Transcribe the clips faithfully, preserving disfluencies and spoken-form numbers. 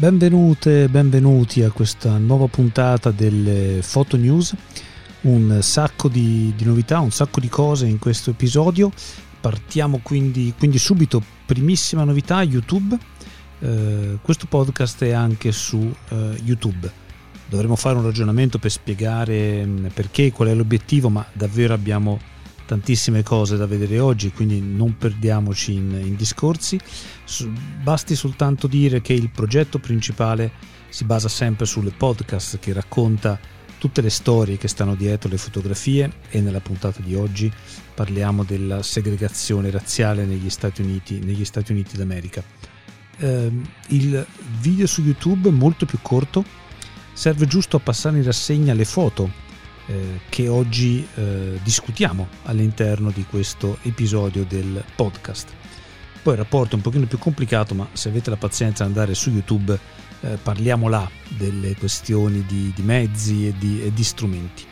Benvenute e benvenuti a questa nuova puntata delle Photo News. Un sacco di, di novità, un sacco di cose in questo episodio. Partiamo quindi, quindi subito, primissima novità, YouTube. Eh, questo podcast è anche su eh, YouTube. Dovremo fare un ragionamento per spiegare perché, qual è l'obiettivo, ma davvero abbiamo tantissime cose da vedere oggi, quindi non perdiamoci in, in discorsi. Basti soltanto dire che il progetto principale si basa sempre sulle podcast che racconta tutte le storie che stanno dietro le fotografie, e nella puntata di oggi parliamo della segregazione razziale negli Stati Uniti, negli Stati Uniti d'America. Eh, il video su YouTube è molto più corto, serve giusto a passare in rassegna le foto eh, che oggi eh, discutiamo all'interno di questo episodio del podcast. Poi il rapporto è un pochino più complicato, ma se avete la pazienza di andare su YouTube eh, parliamo là delle questioni di, di mezzi e di, e di strumenti.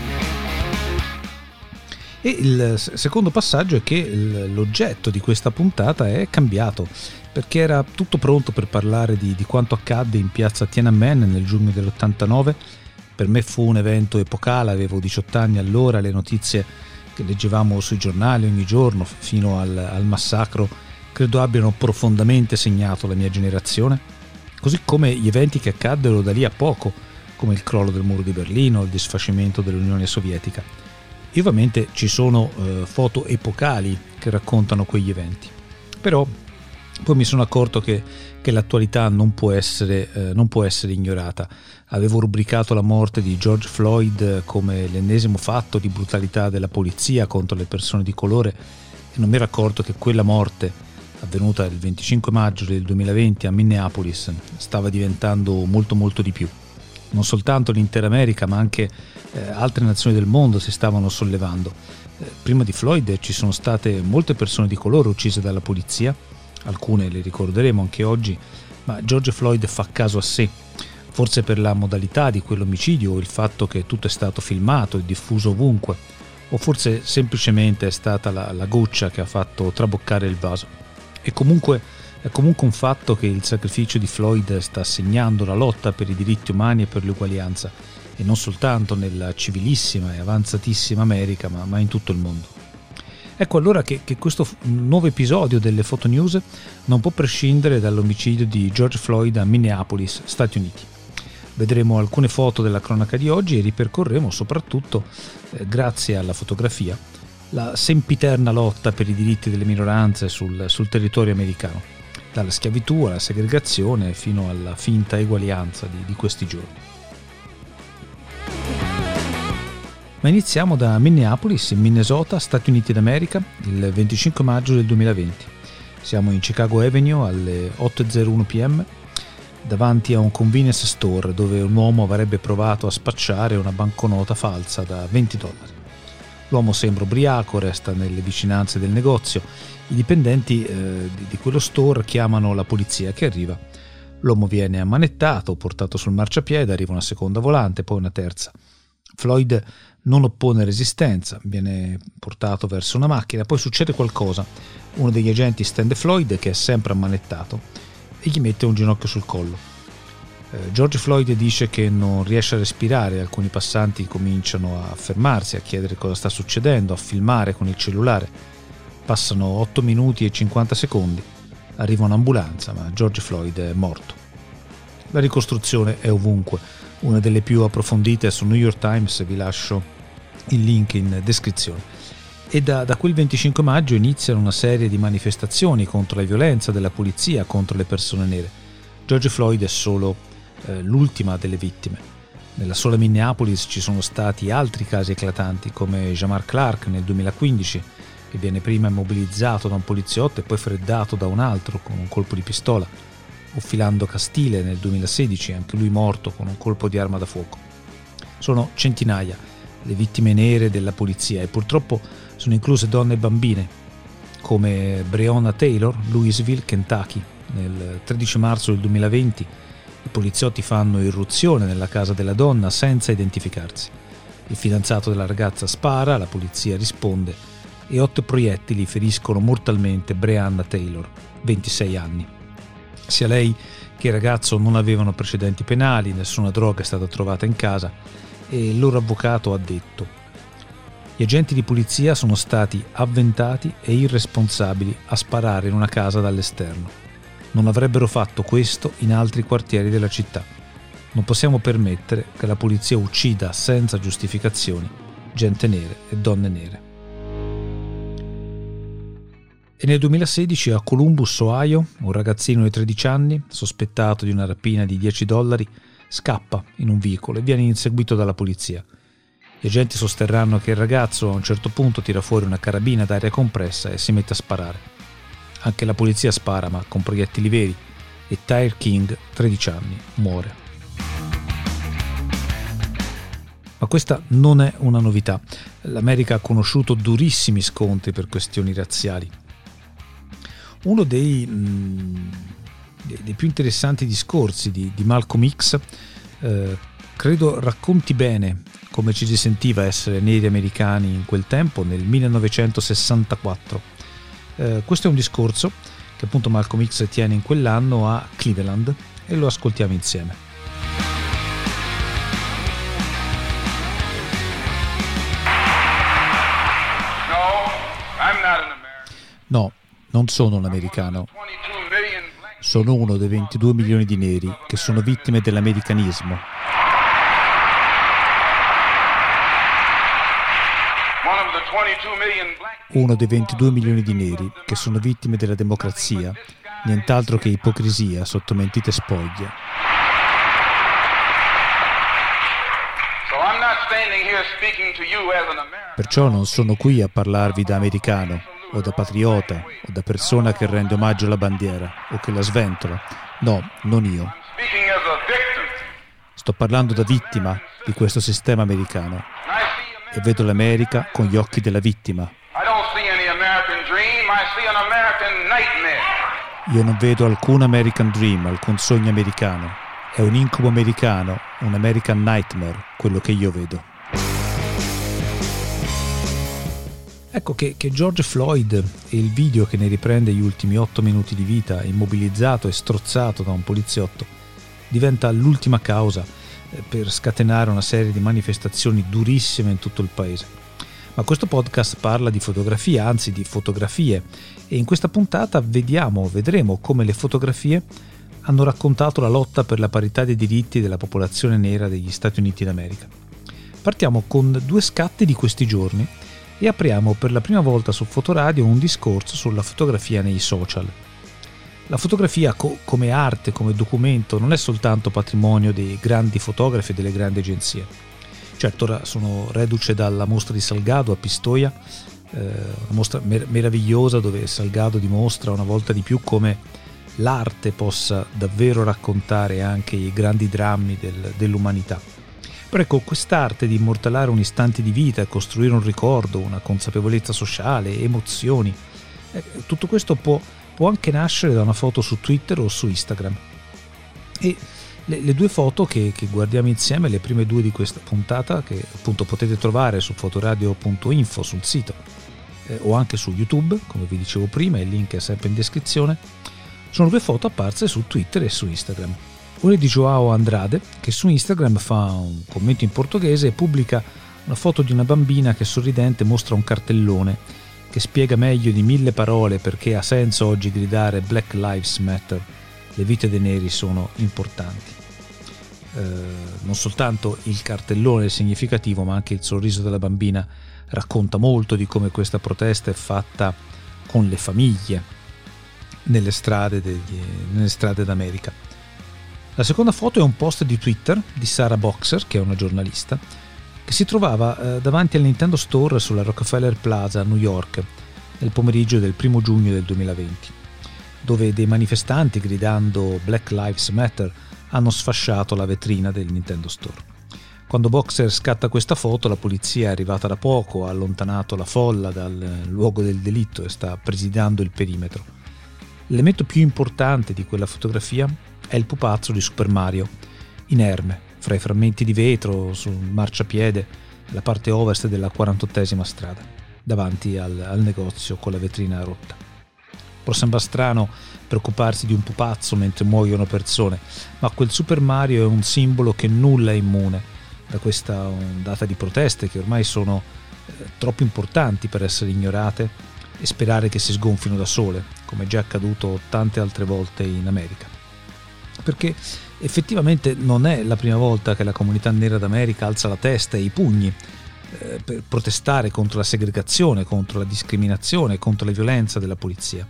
E il secondo passaggio è che l'oggetto di questa puntata è cambiato, perché era tutto pronto per parlare di, di quanto accadde in piazza Tiananmen nel giugno dell'ottantanove. Per me fu un evento epocale, avevo diciotto anni allora, le notizie che leggevamo sui giornali ogni giorno fino al, al massacro credo abbiano profondamente segnato la mia generazione, così come gli eventi che accaddero da lì a poco, come il crollo del muro di Berlino, il disfacimento dell'Unione Sovietica. E ovviamente ci sono eh, foto epocali che raccontano quegli eventi, però poi mi sono accorto che, che l'attualità non può essere, eh, non può essere ignorata. Avevo rubricato la morte di George Floyd come l'ennesimo fatto di brutalità della polizia contro le persone di colore, e non mi ero accorto che quella morte, avvenuta il venticinque maggio del duemilaventi a Minneapolis, stava diventando molto molto di più. Non soltanto l'intera America, ma anche eh, altre nazioni del mondo si stavano sollevando. Eh, prima di Floyd ci sono state molte persone di colore uccise dalla polizia, alcune le ricorderemo anche oggi, ma George Floyd fa caso a sé, forse per la modalità di quell'omicidio o il fatto che tutto è stato filmato e diffuso ovunque, o forse semplicemente è stata la, la goccia che ha fatto traboccare il vaso. E comunque è comunque un fatto che il sacrificio di Floyd sta segnando la lotta per i diritti umani e per l'uguaglianza, e non soltanto nella civilissima e avanzatissima America, ma, ma in tutto il mondo. Ecco allora che, che questo nuovo episodio delle Photo News non può prescindere dall'omicidio di George Floyd a Minneapolis, Stati Uniti. Vedremo alcune foto della cronaca di oggi e ripercorreremo soprattutto, eh, grazie alla fotografia, la sempiterna lotta per i diritti delle minoranze sul, sul territorio americano, dalla schiavitù alla segregazione fino alla finta eguaglianza di, di questi giorni. Ma iniziamo da Minneapolis, in Minnesota, Stati Uniti d'America, il venticinque maggio del duemilaventi. Siamo in Chicago Avenue alle otto e zero uno p m davanti a un convenience store dove un uomo avrebbe provato a spacciare una banconota falsa da venti dollari. L'uomo sembra ubriaco, resta nelle vicinanze del negozio. I dipendenti eh, di quello store chiamano la polizia che arriva. L'uomo viene ammanettato, portato sul marciapiede, arriva una seconda volante, poi una terza. Floyd non oppone resistenza, viene portato verso una macchina, poi succede qualcosa. Uno degli agenti stende Floyd, che è sempre ammanettato, e gli mette un ginocchio sul collo. Eh, George Floyd dice che non riesce a respirare, alcuni passanti cominciano a fermarsi, a chiedere cosa sta succedendo, a filmare con il cellulare. Passano otto minuti e cinquanta secondi, arriva un'ambulanza, ma George Floyd è morto. La ricostruzione è ovunque, una delle più approfondite sul New York Times, vi lascio il link in descrizione. E da, da quel venticinque maggio iniziano una serie di manifestazioni contro la violenza della polizia contro le persone nere. George Floyd è solo eh, l'ultima delle vittime. Nella sola Minneapolis ci sono stati altri casi eclatanti, come Jamar Clark nel duemilaquindici, che viene prima immobilizzato da un poliziotto e poi freddato da un altro con un colpo di pistola, o Philando Castile nel duemilasedici, anche lui morto con un colpo di arma da fuoco. Sono centinaia le vittime nere della polizia, e purtroppo sono incluse donne e bambine, come Breonna Taylor, Louisville, Kentucky. Nel tredici marzo del duemilaventi i poliziotti fanno irruzione nella casa della donna senza identificarsi. Il fidanzato della ragazza spara, la polizia risponde e otto proiettili feriscono mortalmente Breonna Taylor, ventisei anni. Sia lei che il ragazzo non avevano precedenti penali, nessuna droga è stata trovata in casa e il loro avvocato ha detto: gli agenti di polizia sono stati avventati e irresponsabili a sparare in una casa dall'esterno. Non avrebbero fatto questo in altri quartieri della città. Non possiamo permettere che la polizia uccida senza giustificazioni gente nere e donne nere. E nel duemilasedici a Columbus, Ohio, un ragazzino di tredici anni, sospettato di una rapina di dieci dollari, scappa in un vicolo e viene inseguito dalla polizia. Gli agenti sosterranno che il ragazzo a un certo punto tira fuori una carabina d'aria compressa e si mette a sparare. Anche la polizia spara, ma con proiettili veri, e Tyre King, tredici anni, muore. Ma questa non è una novità. L'America ha conosciuto durissimi scontri per questioni razziali. Uno dei, mh, dei più interessanti discorsi di, di Malcolm X eh, credo racconti bene come ci si sentiva essere neri americani in quel tempo, nel millenovecentosessantaquattro. Eh, questo è un discorso che appunto Malcolm X tiene in quell'anno a Cleveland e lo ascoltiamo insieme. No, non sono un americano. Sono uno dei ventidue milioni di neri che sono vittime dell'americanismo. Uno dei ventidue milioni di neri che sono vittime della democrazia, nient'altro che ipocrisia sotto mentite spoglie. Perciò non sono qui a parlarvi da americano, o da patriota, o da persona che rende omaggio alla bandiera, o che la sventola. No, non io. Sto parlando da vittima di questo sistema americano e vedo l'America con gli occhi della vittima. Io non vedo alcun American Dream, alcun sogno americano. È un incubo americano, un American Nightmare, quello che io vedo. Ecco che, che George Floyd e il video che ne riprende gli ultimi otto minuti di vita, immobilizzato e strozzato da un poliziotto, diventa l'ultima causa per scatenare una serie di manifestazioni durissime in tutto il paese. Ma questo podcast parla di fotografia, anzi di fotografie, e in questa puntata vediamo, vedremo come le fotografie hanno raccontato la lotta per la parità dei diritti della popolazione nera degli Stati Uniti d'America. Partiamo con due scatti di questi giorni e apriamo per la prima volta su Fotoradio un discorso sulla fotografia nei social. La fotografia co- come arte, come documento, non è soltanto patrimonio dei grandi fotografi e delle grandi agenzie. Certo, ora sono reduce dalla mostra di Salgado a Pistoia, eh, una mostra mer- meravigliosa dove Salgado dimostra una volta di più come l'arte possa davvero raccontare anche i grandi drammi del- dell'umanità. Però ecco, quest'arte di immortalare un istante di vita, costruire un ricordo, una consapevolezza sociale, emozioni, eh, tutto questo può, può anche nascere da una foto su Twitter o su Instagram. E le, le due foto che, che guardiamo insieme, le prime due di questa puntata, che appunto potete trovare su fotoradio punto info sul sito eh, o anche su YouTube, come vi dicevo prima, il link è sempre in descrizione, sono due foto apparse su Twitter e su Instagram. Una è di Joao Andrade, che su Instagram fa un commento in portoghese e pubblica una foto di una bambina che sorridente mostra un cartellone che spiega meglio di mille parole perché ha senso oggi gridare Black Lives Matter, le vite dei neri sono importanti. Eh, non soltanto il cartellone è significativo, ma anche il sorriso della bambina racconta molto di come questa protesta è fatta con le famiglie nelle strade, degli, nelle strade d'America. La seconda foto è un post di Twitter di Sarah Boxer, che è una giornalista, che si trovava eh, davanti al Nintendo Store sulla Rockefeller Plaza a New York nel pomeriggio del primo giugno del duemilaventi, dove dei manifestanti gridando Black Lives Matter hanno sfasciato la vetrina del Nintendo Store. Quando Boxer scatta questa foto, la polizia è arrivata da poco, ha allontanato la folla dal luogo del delitto e sta presidiando il perimetro. L'elemento più importante di quella fotografia è il pupazzo di Super Mario, inerme, fra i frammenti di vetro sul marciapiede nella parte ovest della quarantottesima strada, davanti al, al negozio con la vetrina rotta. Può sembrare strano preoccuparsi di un pupazzo mentre muoiono persone, ma quel Super Mario è un simbolo che nulla è immune da questa ondata di proteste che ormai sono eh, troppo importanti per essere ignorate e sperare che si sgonfino da sole, come è già accaduto tante altre volte in America. Perché effettivamente non è la prima volta che la comunità nera d'America alza la testa e i pugni eh, per protestare contro la segregazione, contro la discriminazione, contro la violenza della polizia.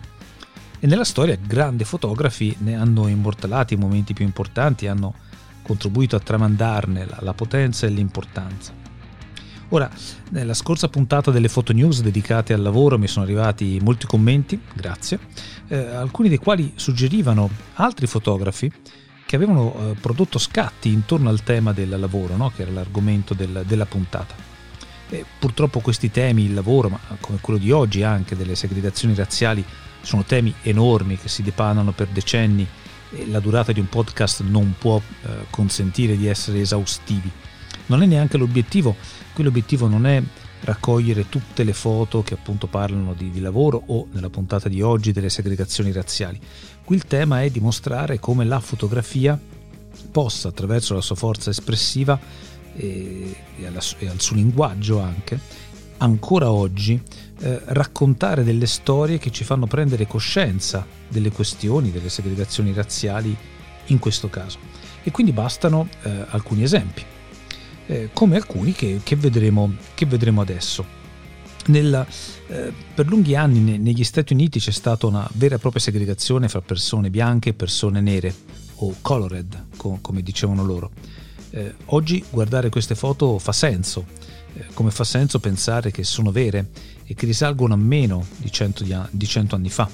E nella storia grandi fotografi ne hanno immortalati i momenti più importanti, hanno contribuito a tramandarne la, la potenza e l'importanza. Ora, nella scorsa puntata delle Photo News dedicate al lavoro mi sono arrivati molti commenti, grazie, eh, alcuni dei quali suggerivano altri fotografi che avevano eh, prodotto scatti intorno al tema del lavoro, no? Che era l'argomento del, della puntata. E purtroppo questi temi, il lavoro, ma come quello di oggi anche delle segregazioni razziali, sono temi enormi che si dipanano per decenni e la durata di un podcast non può eh, consentire di essere esaustivi. Non è neanche l'obiettivo, qui l'obiettivo non è raccogliere tutte le foto che appunto parlano di, di lavoro o nella puntata di oggi delle segregazioni razziali. Qui il tema è dimostrare come la fotografia possa, attraverso la sua forza espressiva e, e, alla, e al suo linguaggio anche, ancora oggi eh, raccontare delle storie che ci fanno prendere coscienza delle questioni, delle segregazioni razziali in questo caso. E quindi bastano eh, alcuni esempi, eh, come alcuni che, che, vedremo, che vedremo adesso. Nella, eh, per lunghi anni ne, negli Stati Uniti c'è stata una vera e propria segregazione fra persone bianche e persone nere, o colored, co- come dicevano loro. Eh, oggi guardare queste foto fa senso, eh, come fa senso pensare che sono vere e che risalgono a meno di cento, di cento anni fa.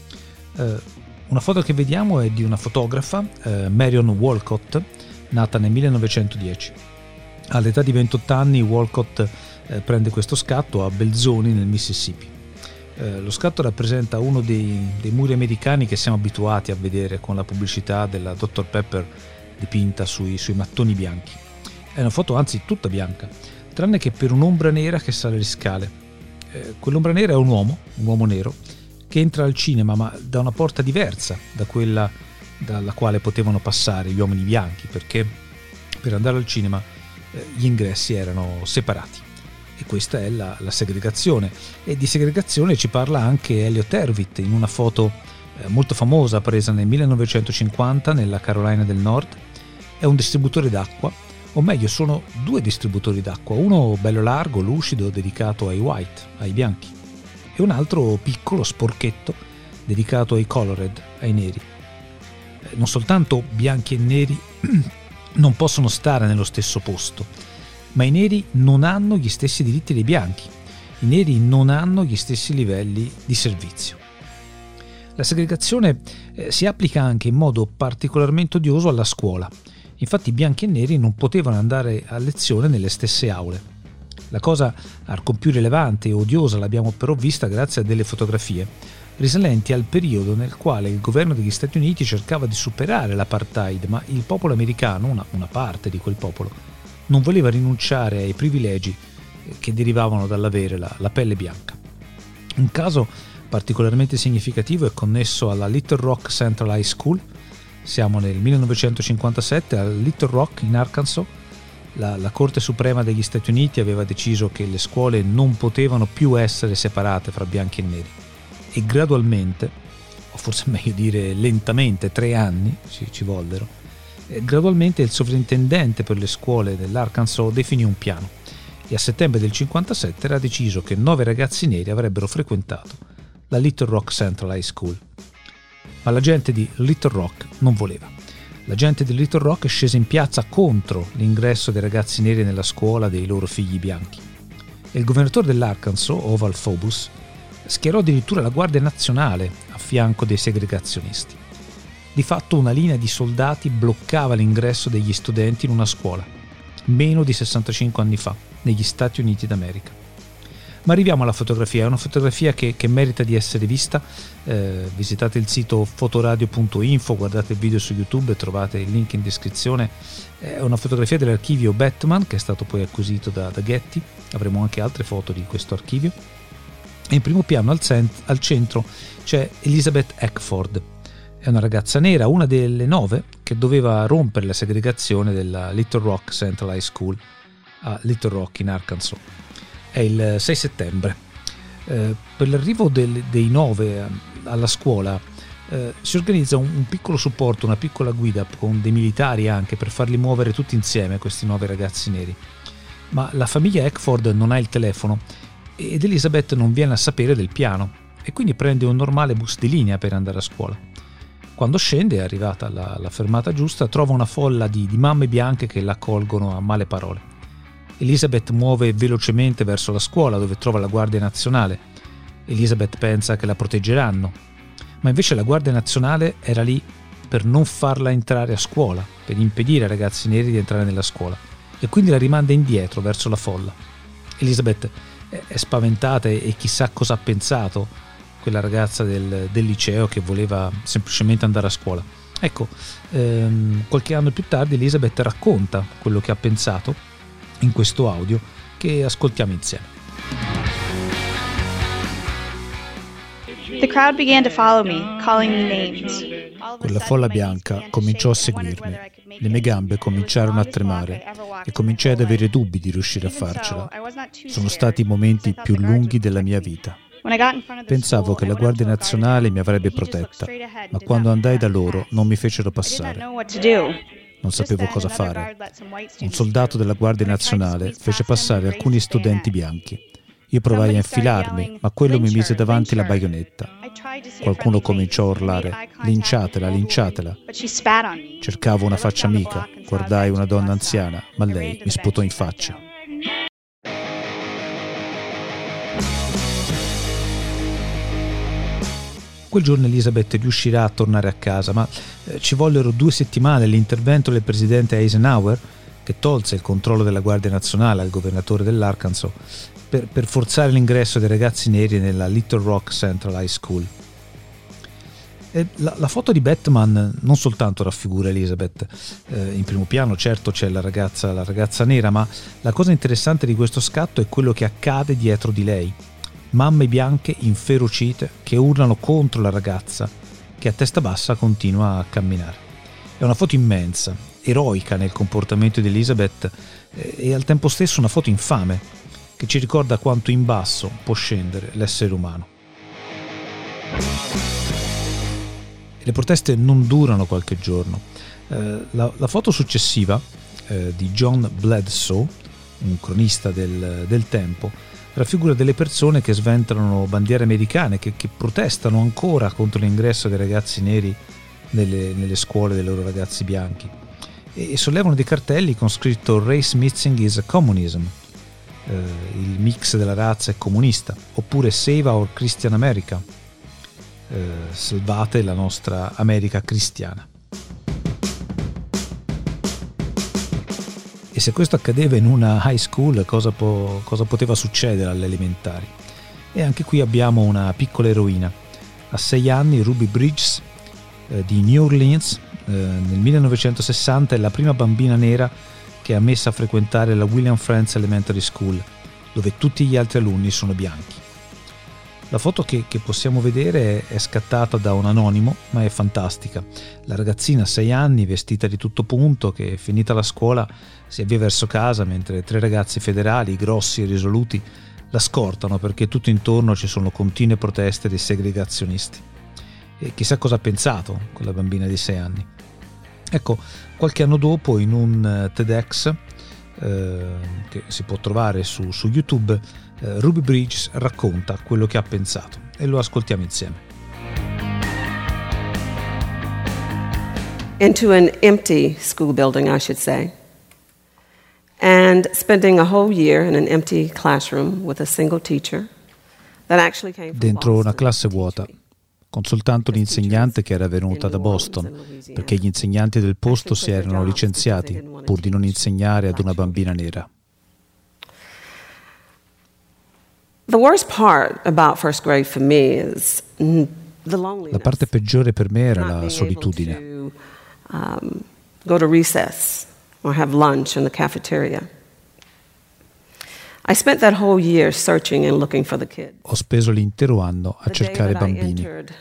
Eh, una foto che vediamo è di una fotografa, eh, Marion Walcott, nata nel millenovecentodieci. All'età di ventotto anni Walcott eh, prende questo scatto a Belzoni nel Mississippi. Eh, lo scatto rappresenta uno dei, dei muri americani che siamo abituati a vedere con la pubblicità della doctor Pepper dipinta sui, sui mattoni bianchi. È una foto anzi tutta bianca, tranne che per un'ombra nera che sale le scale. Eh, quell'ombra nera è un uomo, un uomo nero, che entra al cinema ma da una porta diversa da quella dalla quale potevano passare gli uomini bianchi, perché per andare al cinema eh, gli ingressi erano separati. E questa è la, la segregazione, e di segregazione ci parla anche Elliot Erwitt in una foto eh, molto famosa presa nel millenovecentocinquanta nella Carolina del Nord. È un distributore d'acqua, o meglio sono due distributori d'acqua, uno bello largo, lucido, dedicato ai white, ai bianchi, e un altro piccolo, sporchetto, dedicato ai colored, ai neri. Eh, non soltanto bianchi e neri non possono stare nello stesso posto, ma i neri non hanno gli stessi diritti dei bianchi, i neri non hanno gli stessi livelli di servizio. La segregazione eh, si applica anche in modo particolarmente odioso alla scuola. Infatti i bianchi e i neri non potevano andare a lezione nelle stesse aule. La cosa ancor più rilevante e odiosa l'abbiamo però vista grazie a delle fotografie risalenti al periodo nel quale il governo degli Stati Uniti cercava di superare l'apartheid, ma il popolo americano, una, una parte di quel popolo, non voleva rinunciare ai privilegi che derivavano dall'avere la, la pelle bianca. Un caso particolarmente significativo è connesso alla Little Rock Central High School. Siamo nel millenovecentocinquantasette a Little Rock in Arkansas. La, la Corte Suprema degli Stati Uniti aveva deciso che le scuole non potevano più essere separate fra bianchi e neri, e gradualmente, o forse meglio dire lentamente, tre anni ci, ci vollero, e gradualmente il sovrintendente per le scuole dell'Arkansas definì un piano, e a settembre del cinquantasette era deciso che nove ragazzi neri avrebbero frequentato la Little Rock Central High School. Ma la gente di Little Rock non voleva. La gente di Little Rock scese in piazza contro l'ingresso dei ragazzi neri nella scuola dei loro figli bianchi. E il governatore dell'Arkansas, Oval Phobos, schierò addirittura la Guardia Nazionale a fianco dei segregazionisti. Di fatto una linea di soldati bloccava l'ingresso degli studenti in una scuola, meno di sessantacinque anni fa, negli Stati Uniti d'America. Ma arriviamo alla fotografia, è una fotografia che, che merita di essere vista. Eh, visitate il sito fotoradio punto info, guardate il video su YouTube e trovate il link in descrizione. È una fotografia dell'archivio Batman che è stato poi acquisito da, da Getty. Avremo anche altre foto di questo archivio. E in primo piano al, cent- al centro c'è Elizabeth Eckford. È una ragazza nera, una delle nove che doveva rompere la segregazione della Little Rock Central High School a Little Rock in Arkansas. È il sei settembre. Eh, per l'arrivo del, dei nove alla scuola eh, si organizza un, un piccolo supporto, una piccola guida con dei militari anche per farli muovere tutti insieme, questi nove ragazzi neri. Ma la famiglia Eckford non ha il telefono ed Elizabeth non viene a sapere del piano e quindi prende un normale bus di linea per andare a scuola. Quando scende, è arrivata alla, alla fermata giusta, trova una folla di, di mamme bianche che la accolgono a male parole. Elizabeth muove velocemente verso la scuola dove trova la Guardia Nazionale. Elizabeth pensa che la proteggeranno, ma invece la Guardia Nazionale era lì per non farla entrare a scuola, per impedire ai ragazzi neri di entrare nella scuola e quindi la rimanda indietro verso la folla. Elizabeth è spaventata e chissà cosa ha pensato quella ragazza del, del liceo che voleva semplicemente andare a scuola. Ecco, ehm, qualche anno più tardi Elizabeth racconta quello che ha pensato in questo audio che ascoltiamo insieme. The crowd began to follow me, calling me names. Quella folla bianca cominciò a seguirmi. Le mie gambe cominciarono a tremare e cominciai ad avere dubbi di riuscire a farcela. Sono stati i momenti più lunghi della mia vita. Pensavo che la Guardia Nazionale mi avrebbe protetta, ma quando andai da loro non mi fecero passare. Non sapevo cosa fare. Un soldato della Guardia Nazionale fece passare alcuni studenti bianchi. Io provai a infilarmi, ma quello mi mise davanti la baionetta. Qualcuno cominciò a urlare: linciatela, linciatela. Cercavo una faccia amica, guardai una donna anziana, ma lei mi sputò in faccia. Quel giorno Elizabeth riuscirà a tornare a casa, ma eh, ci vollero due settimane all'intervento del presidente Eisenhower, che tolse il controllo della Guardia Nazionale al governatore dell'Arkansas, per, per forzare l'ingresso dei ragazzi neri nella Little Rock Central High School. E la, la foto di Batman non soltanto raffigura Elizabeth, eh, in primo piano certo c'è la ragazza, la ragazza nera, ma la cosa interessante di questo scatto è quello che accade dietro di lei. Mamme bianche inferocite che urlano contro la ragazza che a testa bassa continua a camminare. È una foto immensa, eroica nel comportamento di Elizabeth e al tempo stesso una foto infame che ci ricorda quanto in basso può scendere l'essere umano. E le proteste non durano qualche giorno. Eh, la, la foto successiva eh, di John Bledsoe, un cronista del, del tempo, raffigura delle persone che sventolano bandiere americane, che, che protestano ancora contro l'ingresso dei ragazzi neri nelle, nelle scuole dei loro ragazzi bianchi e, e sollevano dei cartelli con scritto "Race mixing is communism", eh, il mix della razza è comunista, oppure "Save our Christian America", eh, salvate la nostra America cristiana. E se questo accadeva in una high school, cosa, po- cosa poteva succedere alle elementari? E anche qui abbiamo una piccola eroina. A sei anni Ruby Bridges eh, di New Orleans, eh, nel millenovecentosessanta, è la prima bambina nera che è ammessa a frequentare la William Frantz Elementary School, dove tutti gli altri alunni sono bianchi. La foto che, che possiamo vedere è, è scattata da un anonimo, ma è fantastica. La ragazzina a sei anni, vestita di tutto punto, che finita la scuola si avvia verso casa, mentre tre ragazzi federali, grossi e risoluti, la scortano perché tutto intorno ci sono continue proteste dei segregazionisti. E chissà cosa ha pensato quella bambina di sei anni. Ecco, qualche anno dopo, in un TEDx eh, che si può trovare su, su YouTube, eh, Ruby Bridges racconta quello che ha pensato e lo ascoltiamo insieme. Into an empty school building, I should say, and spending a whole year in an empty classroom with a single teacher that actually came from Dentro una classe vuota, con soltanto l'insegnante che era venuta da Boston, perché gli insegnanti del posto si erano licenziati pur di non insegnare ad una bambina nera. The worst part about first grade for me is the loneliness. La parte peggiore per me era la solitudine. To, um, go to recess or have lunch in the cafeteria. I spent that whole year searching and looking for the kids. Ho speso l'intero anno a cercare bambini.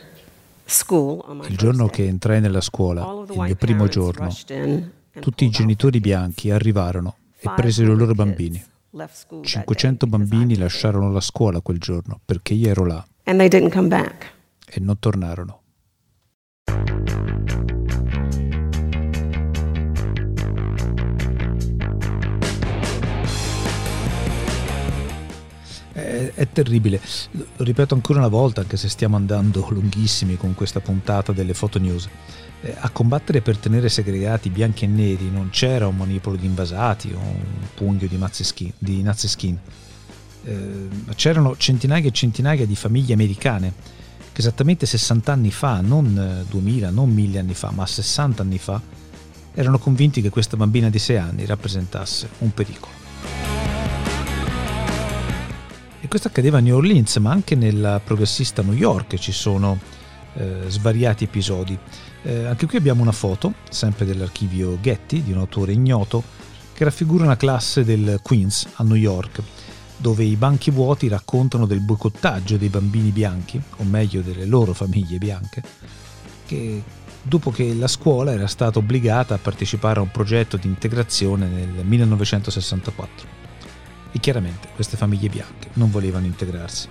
Il giorno che entrai nella scuola, il mio primo giorno, tutti i genitori bianchi arrivarono e presero i loro bambini. cinquecento bambini lasciarono la scuola quel giorno perché io ero là. And they didn't come back. E non tornarono. È, è terribile, lo ripeto ancora una volta, anche se stiamo andando lunghissimi con questa puntata delle Photo News. Eh, a combattere per tenere segregati bianchi e neri non c'era un manipolo di invasati o un pugno di, skin, di nazi skin. Eh, c'erano centinaia e centinaia di famiglie americane che esattamente sessanta anni fa, non duemila, non mille anni fa, ma sessanta anni fa, erano convinti che questa bambina di sei anni rappresentasse un pericolo. E questo accadeva a New Orleans, ma anche nella progressista New York ci sono eh, svariati episodi. Eh, anche qui abbiamo una foto, sempre dell'archivio Getty, di un autore ignoto, che raffigura una classe del Queens a New York, dove i banchi vuoti raccontano del boicottaggio dei bambini bianchi, o meglio delle loro famiglie bianche, che dopo che la scuola era stata obbligata a partecipare a un progetto di integrazione nel millenovecentosessantaquattro. E chiaramente queste famiglie bianche non volevano integrarsi.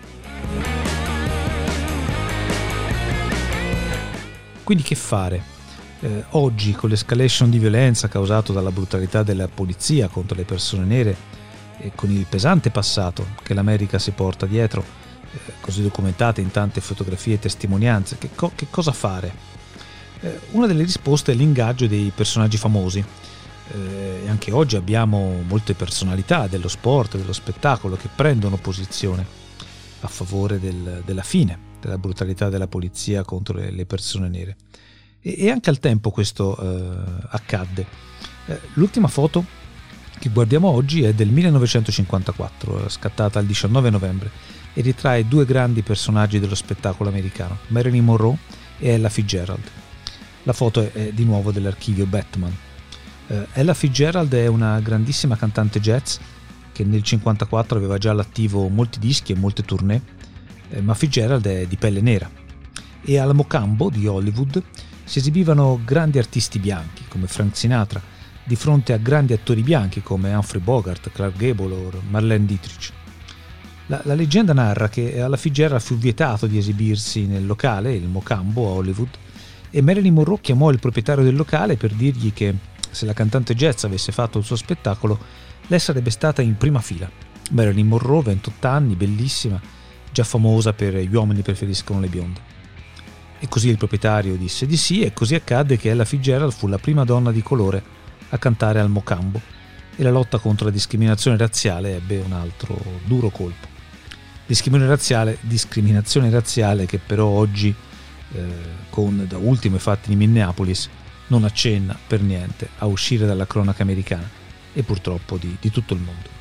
Quindi che fare? Eh, oggi, con l'escalation di violenza causato dalla brutalità della polizia contro le persone nere e con il pesante passato che l'America si porta dietro, eh, così documentate in tante fotografie e testimonianze, che, co- che cosa fare? Eh, una delle risposte è l'ingaggio dei personaggi famosi. E anche oggi abbiamo molte personalità dello sport, dello spettacolo, che prendono posizione a favore del, della fine della brutalità della polizia contro le, le persone nere. E, e anche al tempo questo eh, accadde. Eh, l'ultima foto che guardiamo oggi è del millenovecentocinquantaquattro, scattata il diciannove novembre, e ritrae due grandi personaggi dello spettacolo americano, Marilyn Monroe e Ella Fitzgerald. La foto è, è di nuovo dell'archivio Batman. Uh, Ella Fitzgerald è una grandissima cantante jazz che nel cinquantaquattro aveva già all'attivo molti dischi e molte tournée, eh, ma Fitzgerald è di pelle nera. E al Mocambo di Hollywood si esibivano grandi artisti bianchi come Frank Sinatra di fronte a grandi attori bianchi come Humphrey Bogart, Clark Gable o Marlene Dietrich. La, la leggenda narra che alla Fitzgerald fu vietato di esibirsi nel locale, il Mocambo a Hollywood, e Marilyn Monroe chiamò il proprietario del locale per dirgli che se la cantante jazz avesse fatto il suo spettacolo, lei sarebbe stata in prima fila. Marilyn Monroe, ventotto anni, bellissima, già famosa per Gli uomini preferiscono le bionde. E così il proprietario disse di sì, e così accadde che Ella Fitzgerald fu la prima donna di colore a cantare al Mocambo, e la lotta contro la discriminazione razziale ebbe un altro duro colpo. Discriminazione razziale, discriminazione razziale che però oggi, eh, con da ultimo i fatti di Minneapolis, non accenna per niente a uscire dalla cronaca americana e purtroppo di, di tutto il mondo.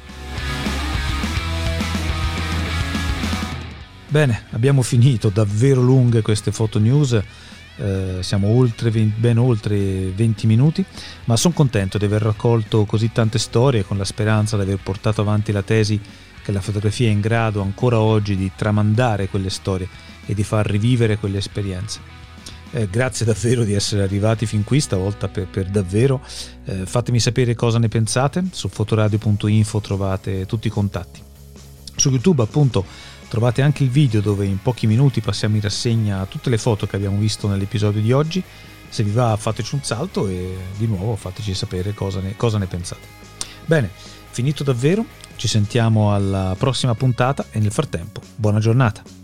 Bene, abbiamo finito, davvero lunghe queste Photo News, eh, siamo oltre venti, ben oltre venti minuti, ma sono contento di aver raccolto così tante storie, con la speranza di aver portato avanti la tesi che la fotografia è in grado ancora oggi di tramandare quelle storie e di far rivivere quelle esperienze. Eh, grazie davvero di essere arrivati fin qui, stavolta per, per davvero. Eh, fatemi sapere cosa ne pensate. Su fotoradio punto info trovate tutti i contatti. Su YouTube appunto trovate anche il video dove in pochi minuti passiamo in rassegna tutte le foto che abbiamo visto nell'episodio di oggi. Se vi va fateci un salto e di nuovo fateci sapere cosa ne, cosa ne pensate. Bene, finito davvero, ci sentiamo alla prossima puntata e nel frattempo buona giornata.